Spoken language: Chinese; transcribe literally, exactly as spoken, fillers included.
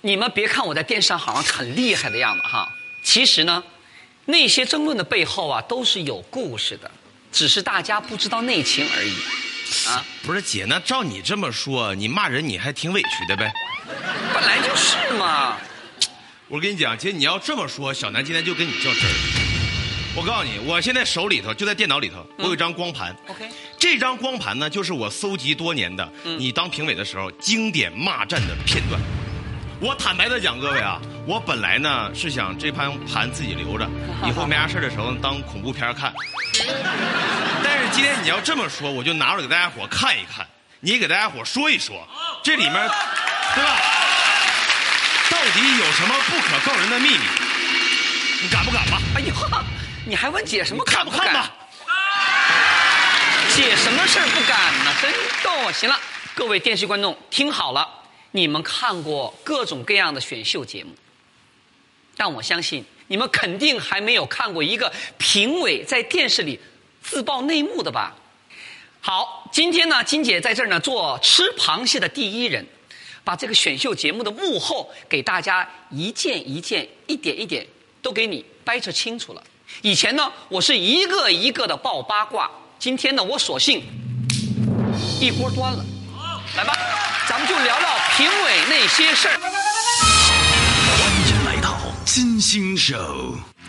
你们别看我在电视上好像很厉害的样子哈，其实呢，那些争论的背后啊，都是有故事的，只是大家不知道内情而已。啊， 不是姐，那照你这么说，你骂人你还挺委屈的呗？ 本来就是嘛。 我跟你讲，姐，你要这么说，小南今天就跟你较真儿。我告诉你，我现在手里头就在电脑里头，我有一张光盘。 OK， 这张光盘呢，就是我搜集多年的你当评委的时候经典骂战的片段。我坦白的讲，各位啊，我本来呢是想这盘盘自己留着，以后没啥事的时候当恐怖片看。但是今天你要这么说，我就拿出来给大家伙看一看，你给大家伙说一说，这里面，对吧？到底有什么不可告人的秘密？你敢不敢吧？ 哎呦，你还问姐什么敢不敢？ 看吧？ 姐什么事儿不敢呢？真逗！行了，各位电视观众听好了。你们看过各种各样的选秀节目，但我相信你们肯定还没有看过一个评委在电视里自曝内幕的吧？好，今天呢，金姐在这儿呢做吃螃蟹的第一人，把这个选秀节目的幕后给大家一件一件、一点一点都给你掰扯清楚了。以前呢，我是一个一个的爆八卦，今天呢，我索性一锅端了。来吧，咱们就聊聊评委那些事儿。 欢迎来到金星秀。